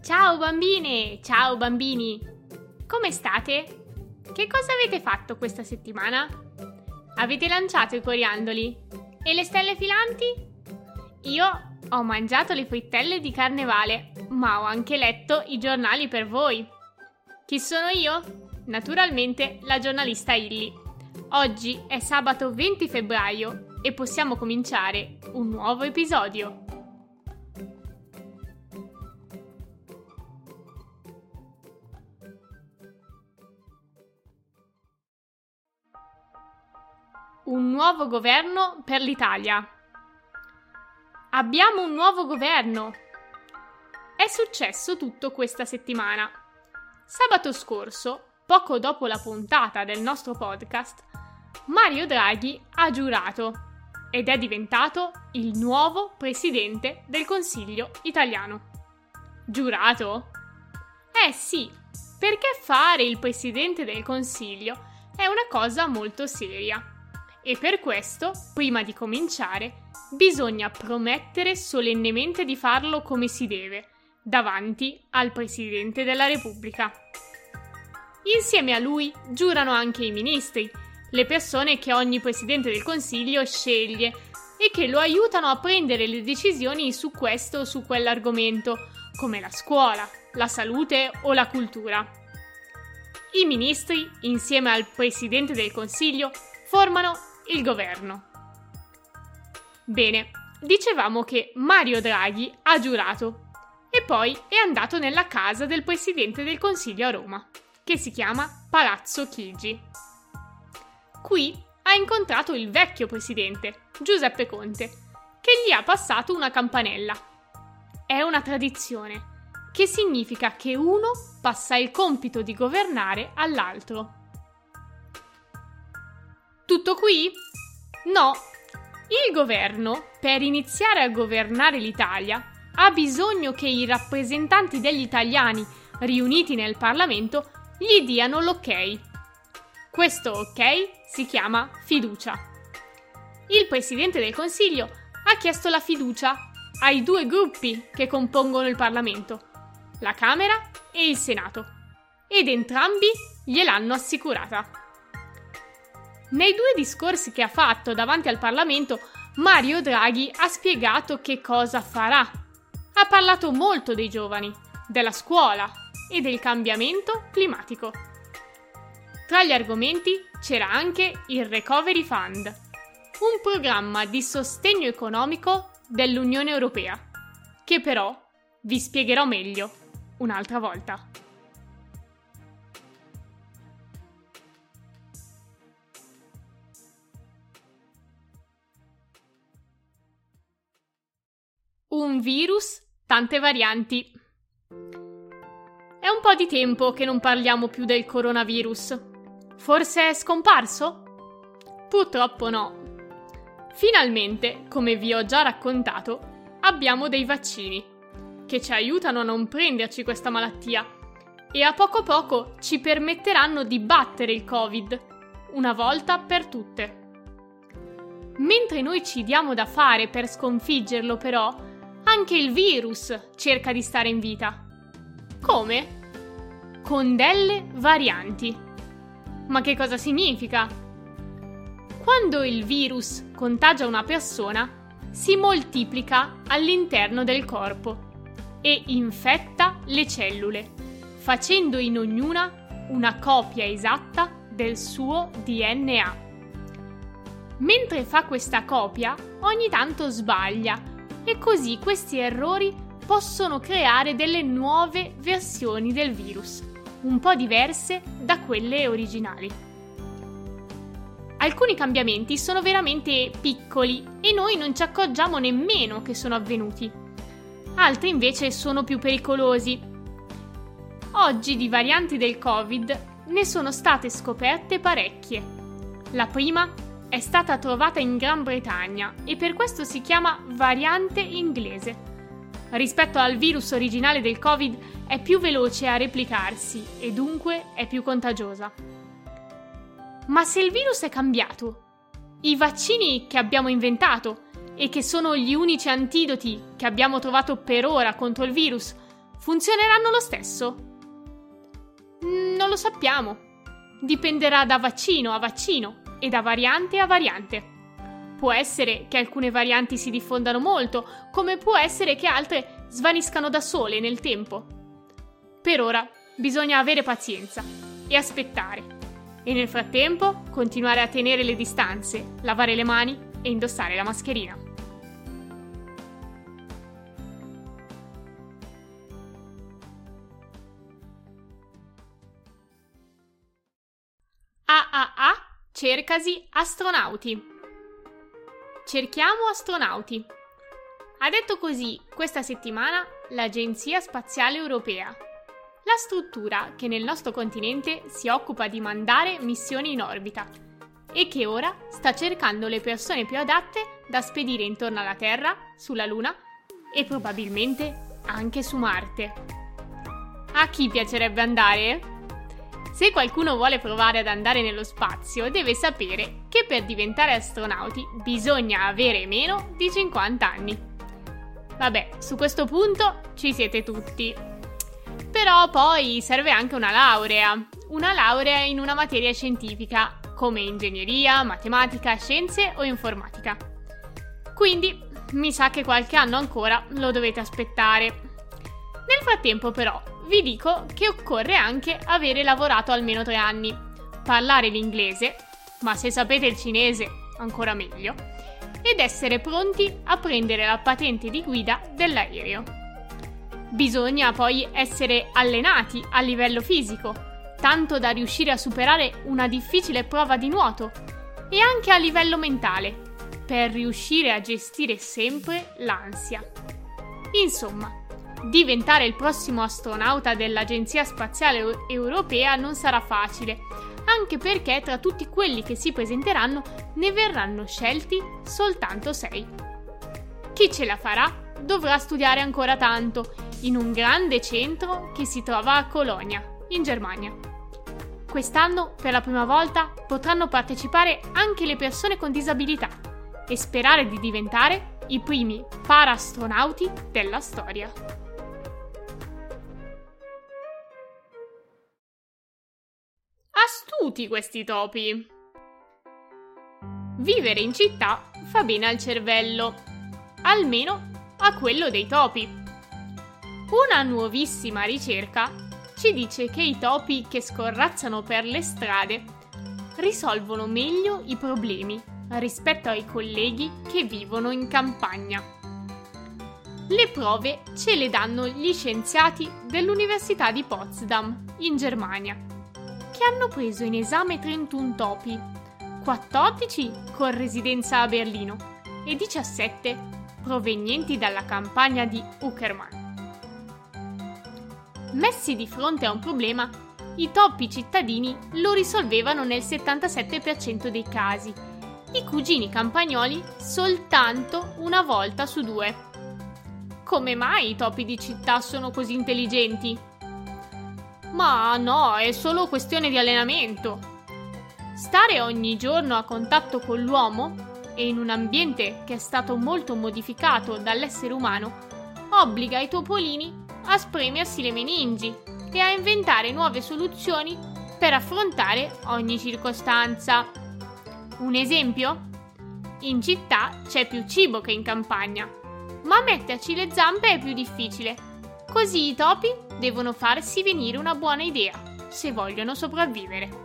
Ciao bambine, ciao bambini! Come state? Che cosa avete fatto questa settimana? Avete lanciato i coriandoli? E le stelle filanti? Io ho mangiato le frittelle di carnevale, ma ho anche letto i giornali per voi. Chi sono io? Naturalmente la giornalista Illy. Oggi è sabato 20 febbraio e possiamo cominciare un nuovo episodio. Un nuovo governo per l'Italia. Abbiamo un nuovo governo. È successo tutto questa settimana. Sabato scorso, poco dopo la puntata del nostro podcast, Mario Draghi ha giurato ed è diventato il nuovo presidente del Consiglio italiano. Giurato? Sì, perché fare il presidente del Consiglio è una cosa molto seria. E per questo, prima di cominciare, bisogna promettere solennemente di farlo come si deve, davanti al Presidente della Repubblica. Insieme a lui giurano anche i ministri, le persone che ogni Presidente del Consiglio sceglie e che lo aiutano a prendere le decisioni su questo o su quell'argomento, come la scuola, la salute o la cultura. I ministri, insieme al Presidente del Consiglio, formano il governo. Bene, dicevamo che Mario Draghi ha giurato e poi è andato nella casa del Presidente del Consiglio a Roma, che si chiama Palazzo Chigi. Qui ha incontrato il vecchio presidente, Giuseppe Conte, che gli ha passato una campanella. È una tradizione, che significa che uno passa il compito di governare all'altro. Tutto qui? No. Il governo, per iniziare a governare l'Italia, ha bisogno che i rappresentanti degli italiani riuniti nel Parlamento gli diano l'ok. Questo ok si chiama fiducia. Il Presidente del Consiglio ha chiesto la fiducia ai due gruppi che compongono il Parlamento, la Camera e il Senato, ed entrambi gliel'hanno assicurata. Nei due discorsi che ha fatto davanti al Parlamento, Mario Draghi ha spiegato che cosa farà. Ha parlato molto dei giovani, della scuola e del cambiamento climatico. Tra gli argomenti c'era anche il Recovery Fund, un programma di sostegno economico dell'Unione Europea, che però vi spiegherò meglio un'altra volta. Un virus, tante varianti. È un po' di tempo che non parliamo più del coronavirus. Forse è scomparso? Purtroppo no. Finalmente, come vi ho già raccontato, abbiamo dei vaccini che ci aiutano a non prenderci questa malattia e a poco ci permetteranno di battere il Covid una volta per tutte. Mentre noi ci diamo da fare per sconfiggerlo, però, anche il virus cerca di stare in vita. Come? Con delle varianti. Ma che cosa significa? Quando il virus contagia una persona, si moltiplica all'interno del corpo e infetta le cellule, facendo in ognuna una copia esatta del suo DNA. Mentre fa questa copia, ogni tanto sbaglia e così questi errori possono creare delle nuove versioni del virus, un po' diverse da quelle originali. Alcuni cambiamenti sono veramente piccoli e noi non ci accorgiamo nemmeno che sono avvenuti. Altri invece sono più pericolosi. Oggi di varianti del Covid ne sono state scoperte parecchie. La prima è stata trovata in Gran Bretagna e per questo si chiama variante inglese. Rispetto al virus originale del Covid è più veloce a replicarsi e dunque è più contagiosa. Ma se il virus è cambiato, i vaccini che abbiamo inventato e che sono gli unici antidoti che abbiamo trovato per ora contro il virus funzioneranno lo stesso? Non lo sappiamo. Dipenderà da vaccino a vaccino e da variante a variante. Può essere che alcune varianti si diffondano molto, come può essere che altre svaniscano da sole nel tempo. Per ora bisogna avere pazienza e aspettare. E nel frattempo continuare a tenere le distanze, lavare le mani e indossare la mascherina. Cercasi astronauti. Cerchiamo astronauti. Ha detto così questa settimana l'Agenzia Spaziale Europea, la struttura che nel nostro continente si occupa di mandare missioni in orbita e che ora sta cercando le persone più adatte da spedire intorno alla Terra, sulla Luna e probabilmente anche su Marte. A chi piacerebbe andare? Se qualcuno vuole provare ad andare nello spazio, deve sapere che per diventare astronauti bisogna avere meno di 50 anni. Vabbè, su questo punto ci siete tutti. Però poi serve anche una laurea in una materia scientifica, come ingegneria, matematica, scienze o informatica. Quindi mi sa che qualche anno ancora lo dovete aspettare. Nel frattempo però vi dico che occorre anche avere lavorato almeno 3 anni, parlare l'inglese, ma se sapete il cinese ancora meglio, ed essere pronti a prendere la patente di guida dell'aereo. Bisogna poi essere allenati a livello fisico, tanto da riuscire a superare una difficile prova di nuoto, e anche a livello mentale, per riuscire a gestire sempre l'ansia. Insomma, diventare il prossimo astronauta dell'Agenzia Spaziale Europea non sarà facile, anche perché tra tutti quelli che si presenteranno ne verranno scelti soltanto 6. Chi ce la farà dovrà studiare ancora tanto in un grande centro che si trova a Colonia, in Germania. Quest'anno, per la prima volta, potranno partecipare anche le persone con disabilità e sperare di diventare i primi paraastronauti della storia. Astuti questi topi! Vivere in città fa bene al cervello, almeno a quello dei topi. Una nuovissima ricerca ci dice che i topi che scorrazzano per le strade risolvono meglio i problemi rispetto ai colleghi che vivono in campagna. Le prove ce le danno gli scienziati dell'Università di Potsdam, in Germania, che hanno preso in esame 31 topi, 14 con residenza a Berlino e 17 provenienti dalla campagna di Uckermark. Messi di fronte a un problema, i topi cittadini lo risolvevano nel 77% dei casi, i cugini campagnoli soltanto una volta su 2. Come mai i topi di città sono così intelligenti? Ma no, è solo questione di allenamento. Stare ogni giorno a contatto con l'uomo e in un ambiente che è stato molto modificato dall'essere umano obbliga i topolini a spremersi le meningi e a inventare nuove soluzioni per affrontare ogni circostanza. Un esempio? In città c'è più cibo che in campagna, ma metterci le zampe è più difficile. Così i topi devono farsi venire una buona idea se vogliono sopravvivere.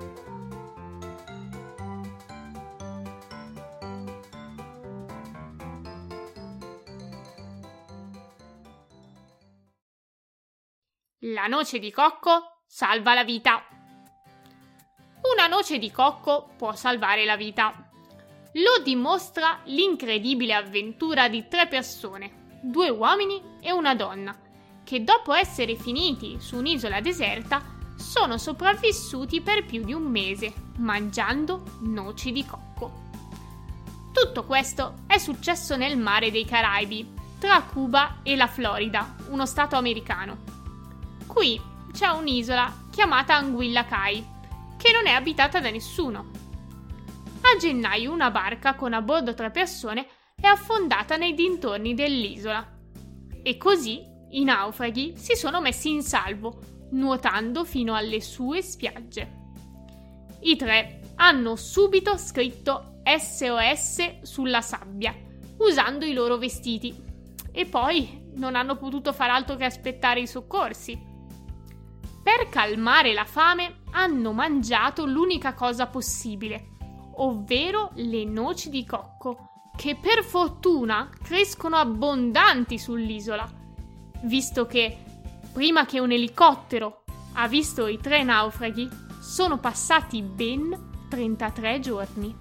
La noce di cocco salva la vita. Una noce di cocco può salvare la vita. Lo dimostra l'incredibile avventura di 3 persone, 2 uomini e una donna, che dopo essere finiti su un'isola deserta sono sopravvissuti per più di un mese, mangiando noci di cocco. Tutto questo è successo nel mare dei Caraibi, tra Cuba e la Florida, uno stato americano. Qui c'è un'isola chiamata Anguilla Cay, che non è abitata da nessuno. A gennaio una barca con a bordo 3 persone è affondata nei dintorni dell'isola. E così I naufraghi si sono messi in salvo, nuotando fino alle sue spiagge. I 3 hanno subito scritto SOS sulla sabbia, usando i loro vestiti, e poi non hanno potuto far altro che aspettare i soccorsi. Per calmare la fame hanno mangiato l'unica cosa possibile, ovvero le noci di cocco, che per fortuna crescono abbondanti sull'isola, visto che prima che un elicottero ha visto i 3 naufraghi sono passati ben 33 giorni.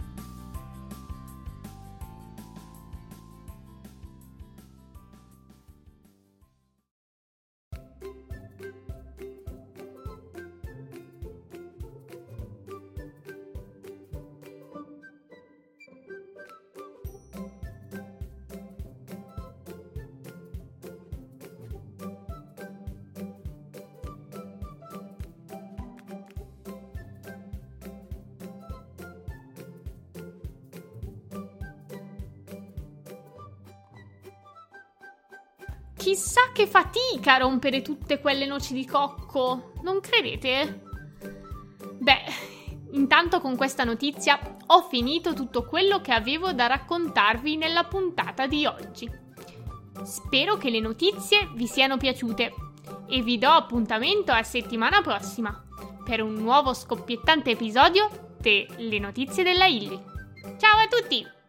Chissà che fatica a rompere tutte quelle noci di cocco, non credete? Beh, intanto con questa notizia ho finito tutto quello che avevo da raccontarvi nella puntata di oggi. Spero che le notizie vi siano piaciute e vi do appuntamento a settimana prossima per un nuovo scoppiettante episodio delle notizie della Illy. Ciao a tutti!